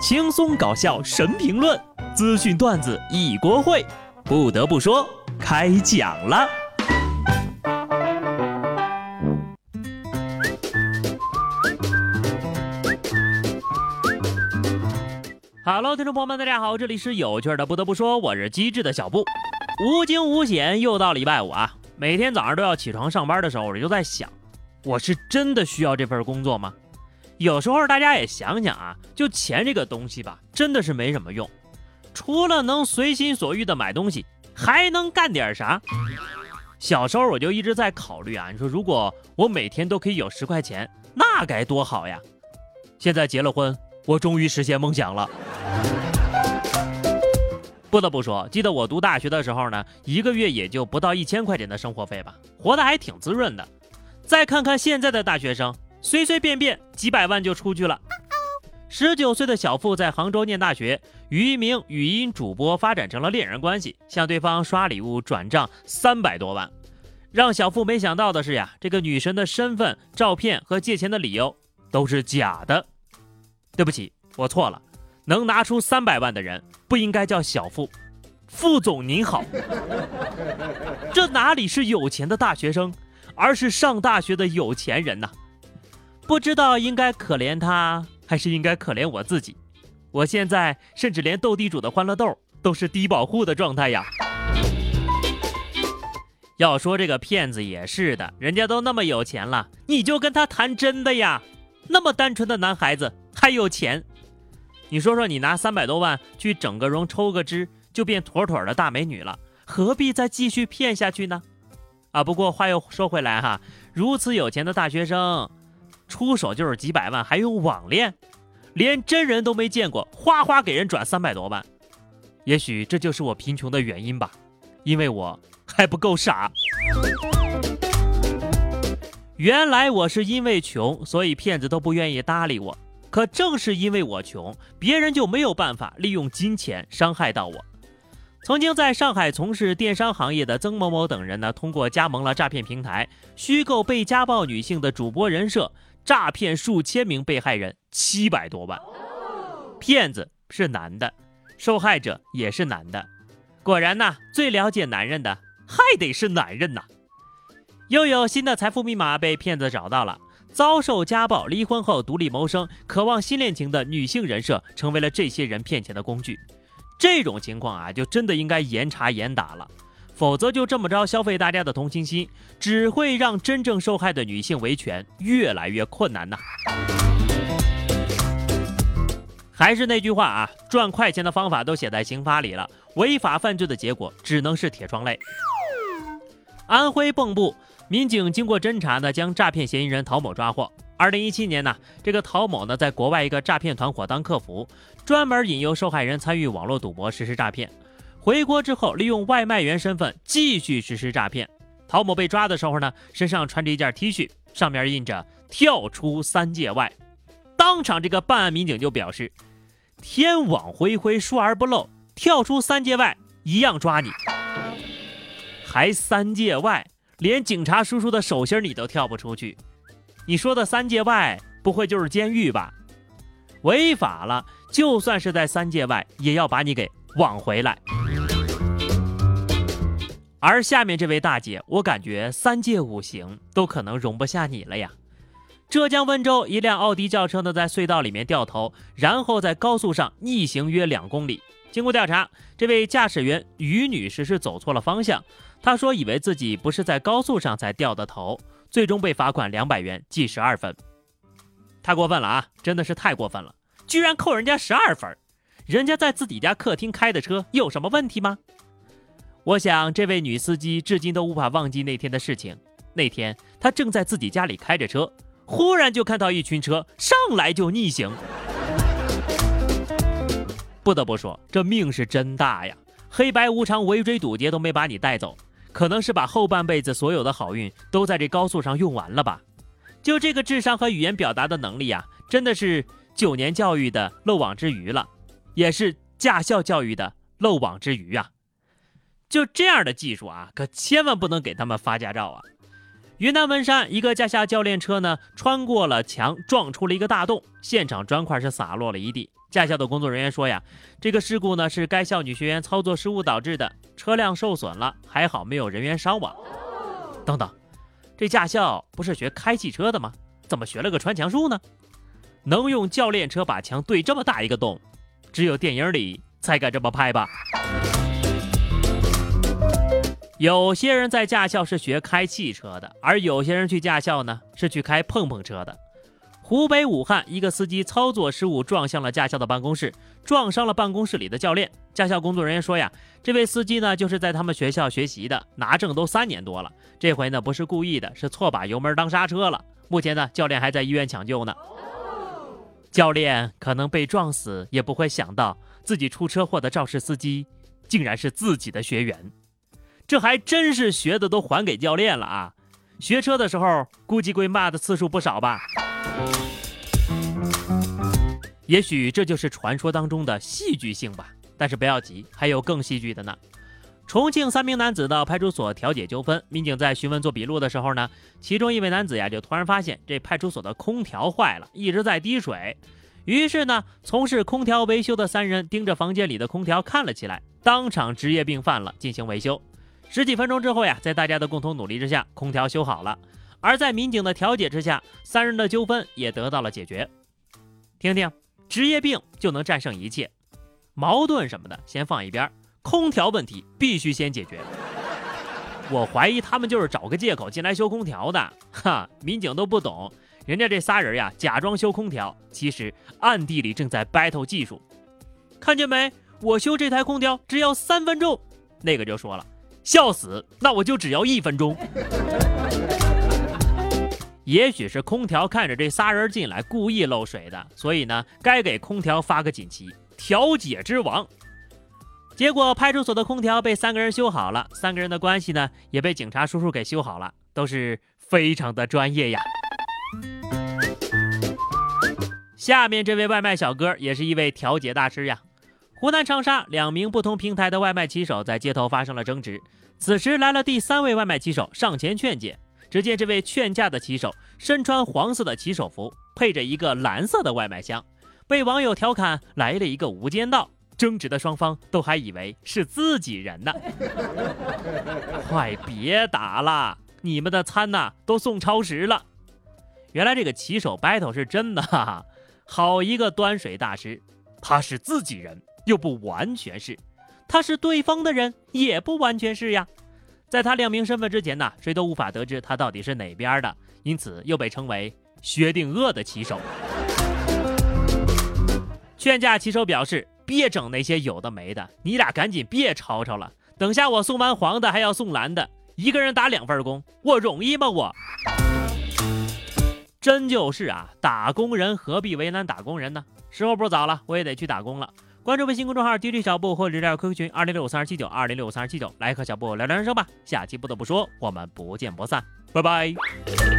轻松搞笑神评论，资讯段子一锅烩。不得不说，开讲了。Hello， 听众朋友们，大家好，这里是有趣的。不得不说，我是机智的小布。无惊无险，又到礼拜五啊！每天早上都要起床上班的时候，我就在想，我是真的需要这份工作吗？有时候大家也想想啊，就钱这个东西吧，真的是没什么用，除了能随心所欲的买东西，还能干点啥？小时候我就一直在考虑啊，你说如果我每天都可以有10块钱，那该多好呀！现在结了婚，我终于实现梦想了。不得不说，记得我读大学的时候呢，一个月也就不到1000块钱的生活费吧，活得还挺滋润的。再看看现在的大学生，随随便便几百万就出去了。19岁的小付在杭州念大学，与一名语音主播发展成了恋人关系，向对方刷礼物转账300多万。让小付没想到的是呀，这个女神的身份、照片和借钱的理由都是假的。对不起，我错了，能拿出300万的人不应该叫小付。副总您好。这哪里是有钱的大学生，而是上大学的有钱人呐！不知道应该可怜他，还是应该可怜我自己。我现在甚至连斗地主的欢乐豆都是低保户的状态呀。要说这个骗子也是的，人家都那么有钱了，你就跟他谈真的呀。那么单纯的男孩子还有钱，你说说，你拿300多万去整个容抽个脂就变妥妥的大美女了，何必再继续骗下去呢？不过话又说回来哈，如此有钱的大学生出手就是几百万，还用网恋，连真人都没见过，哗哗给人转300多万。也许这就是我贫穷的原因吧，因为我还不够傻。原来我是因为穷，所以骗子都不愿意搭理我。可正是因为我穷，别人就没有办法利用金钱伤害到我。曾经在上海从事电商行业的曾某某等人呢，通过加盟了诈骗平台，虚构被家暴女性的主播人设，诈骗数千名被害人700多万。骗子是男的，受害者也是男的。果然呢，最了解男人的还得是男人呐。又有新的财富密码被骗子找到了。遭受家暴、离婚后独立谋生、渴望新恋情的女性人设，成为了这些人骗钱的工具。这种情况啊，就真的应该严查严打了，否则就这么着消费大家的同情心，只会让真正受害的女性维权越来越困难呐。还是那句话啊，赚快钱的方法都写在刑法里了，违法犯罪的结果只能是铁窗泪。安徽蚌埠民警经过侦查呢，将诈骗嫌疑人陶某抓获。2017年呢，这个陶某呢，在国外一个诈骗团伙当客服，专门引诱受害人参与网络赌博实施诈骗。回国之后，利用外卖员身份继续实施诈骗。陶某被抓的时候呢，身上穿着一件 T 恤，上面印着“跳出3界外”。当场这个办案民警就表示：“天网恢恢，疏而不漏，跳出3界外一样抓你。”还3界外，连警察叔叔的手心你都跳不出去，你说的3界外不会就是监狱吧？违法了，就算是在3界外，也要把你给网回来。而下面这位大姐，我感觉3界5行都可能容不下你了呀。浙江温州一辆奥迪轿车呢，在隧道里面掉头，然后在高速上逆行约2公里。经过调查，这位驾驶员于女士是走错了方向，她说以为自己不是在高速上才掉的头，最终被罚款200元，记12分。太过分了啊，真的是太过分了，居然扣人家12分，人家在自己家客厅开的车有什么问题吗？我想这位女司机至今都无法忘记那天的事情。那天她正在自己家里开着车，忽然就看到一群车上来就逆行。不得不说，这命是真大呀，黑白无常围追堵截都没把你带走，可能是把后半辈子所有的好运都在这高速上用完了吧。就这个智商和语言表达的能力啊，真的是9年教育的漏网之鱼了，也是驾校教育的漏网之鱼啊。就这样的技术啊，可千万不能给他们发驾照啊。 云南文山一个驾校教练车呢，穿过了墙，撞出了一个大洞，现场砖块是洒落了一地。驾校的工作人员说呀，这个事故呢是该校女学员操作失误导致的，车辆受损了，还好没有人员伤亡。等等，这驾校不是学开汽车的吗？怎么学了个穿墙术呢？能用教练车把墙对这么大一个洞，只有电影里才敢这么拍吧。有些人在驾校是学开汽车的，而有些人去驾校呢是去开碰碰车的。湖北武汉一个司机操作失误撞向了驾校的办公室，撞伤了办公室里的教练。驾校工作人员说呀，这位司机呢就是在他们学校学习的，拿证都3年多了，这回呢不是故意的，是错把油门当刹车了。目前呢教练还在医院抢救呢。教练可能被撞死，也不会想到自己出车祸的肇事司机竟然是自己的学员。这还真是学的都还给教练了啊！学车的时候估计被骂的次数不少吧。也许这就是传说当中的戏剧性吧，但是不要急，还有更戏剧的呢。重庆3名男子到派出所调解纠纷，民警在询问做笔录的时候呢，其中一位男子呀就突然发现这派出所的空调坏了，一直在滴水。于是呢，从事空调维修的3人盯着房间里的空调看了起来，当场职业病犯了，进行维修。10几分钟之后呀，在大家的共同努力之下，空调修好了。而在民警的调解之下，3人的纠纷也得到了解决。听听，职业病就能战胜一切，矛盾什么的先放一边，空调问题必须先解决。我怀疑他们就是找个借口进来修空调的，民警都不懂，人家这仨人呀，假装修空调，其实暗地里正在 battle 技术。看见没？我修这台空调只要3分钟。那个就说了，笑死，那我就只要1分钟。也许是空调看着这仨人进来故意漏水的，所以呢，该给空调发个锦旗，调解之王。结果派出所的空调被3个人修好了，3个人的关系呢也被警察叔叔给修好了，都是非常的专业呀。下面这位外卖小哥也是一位调解大师呀。湖南长沙2名不同平台的外卖骑手在街头发生了争执，此时来了第3位外卖骑手上前劝解。只见这位劝架的骑手身穿黄色的骑手服，配着一个蓝色的外卖箱，被网友调侃来了一个无间道，争执的双方都还以为是自己人呢。快别打了，你们的餐呐都送超时了。原来这个骑手 battle 是真的，哈哈，好一个端水大师，他是自己人又不完全是，他是对方的人也不完全是呀。在他亮明身份之前呢，谁都无法得知他到底是哪边的，因此又被称为薛定谔的骑手。劝架骑手表示，别整那些有的没的，你俩赶紧别吵吵了，等下我送完黄的还要送蓝的，一个人打2份工，我容易吗我？真就是啊，打工人何必为难打工人呢？时候不早了，我也得去打工了。关注微信公众号 DJ 小布或者聊 QQ 群2065327920653279，来和小布聊聊人生吧。下期不得不说，我们不见不散，拜拜。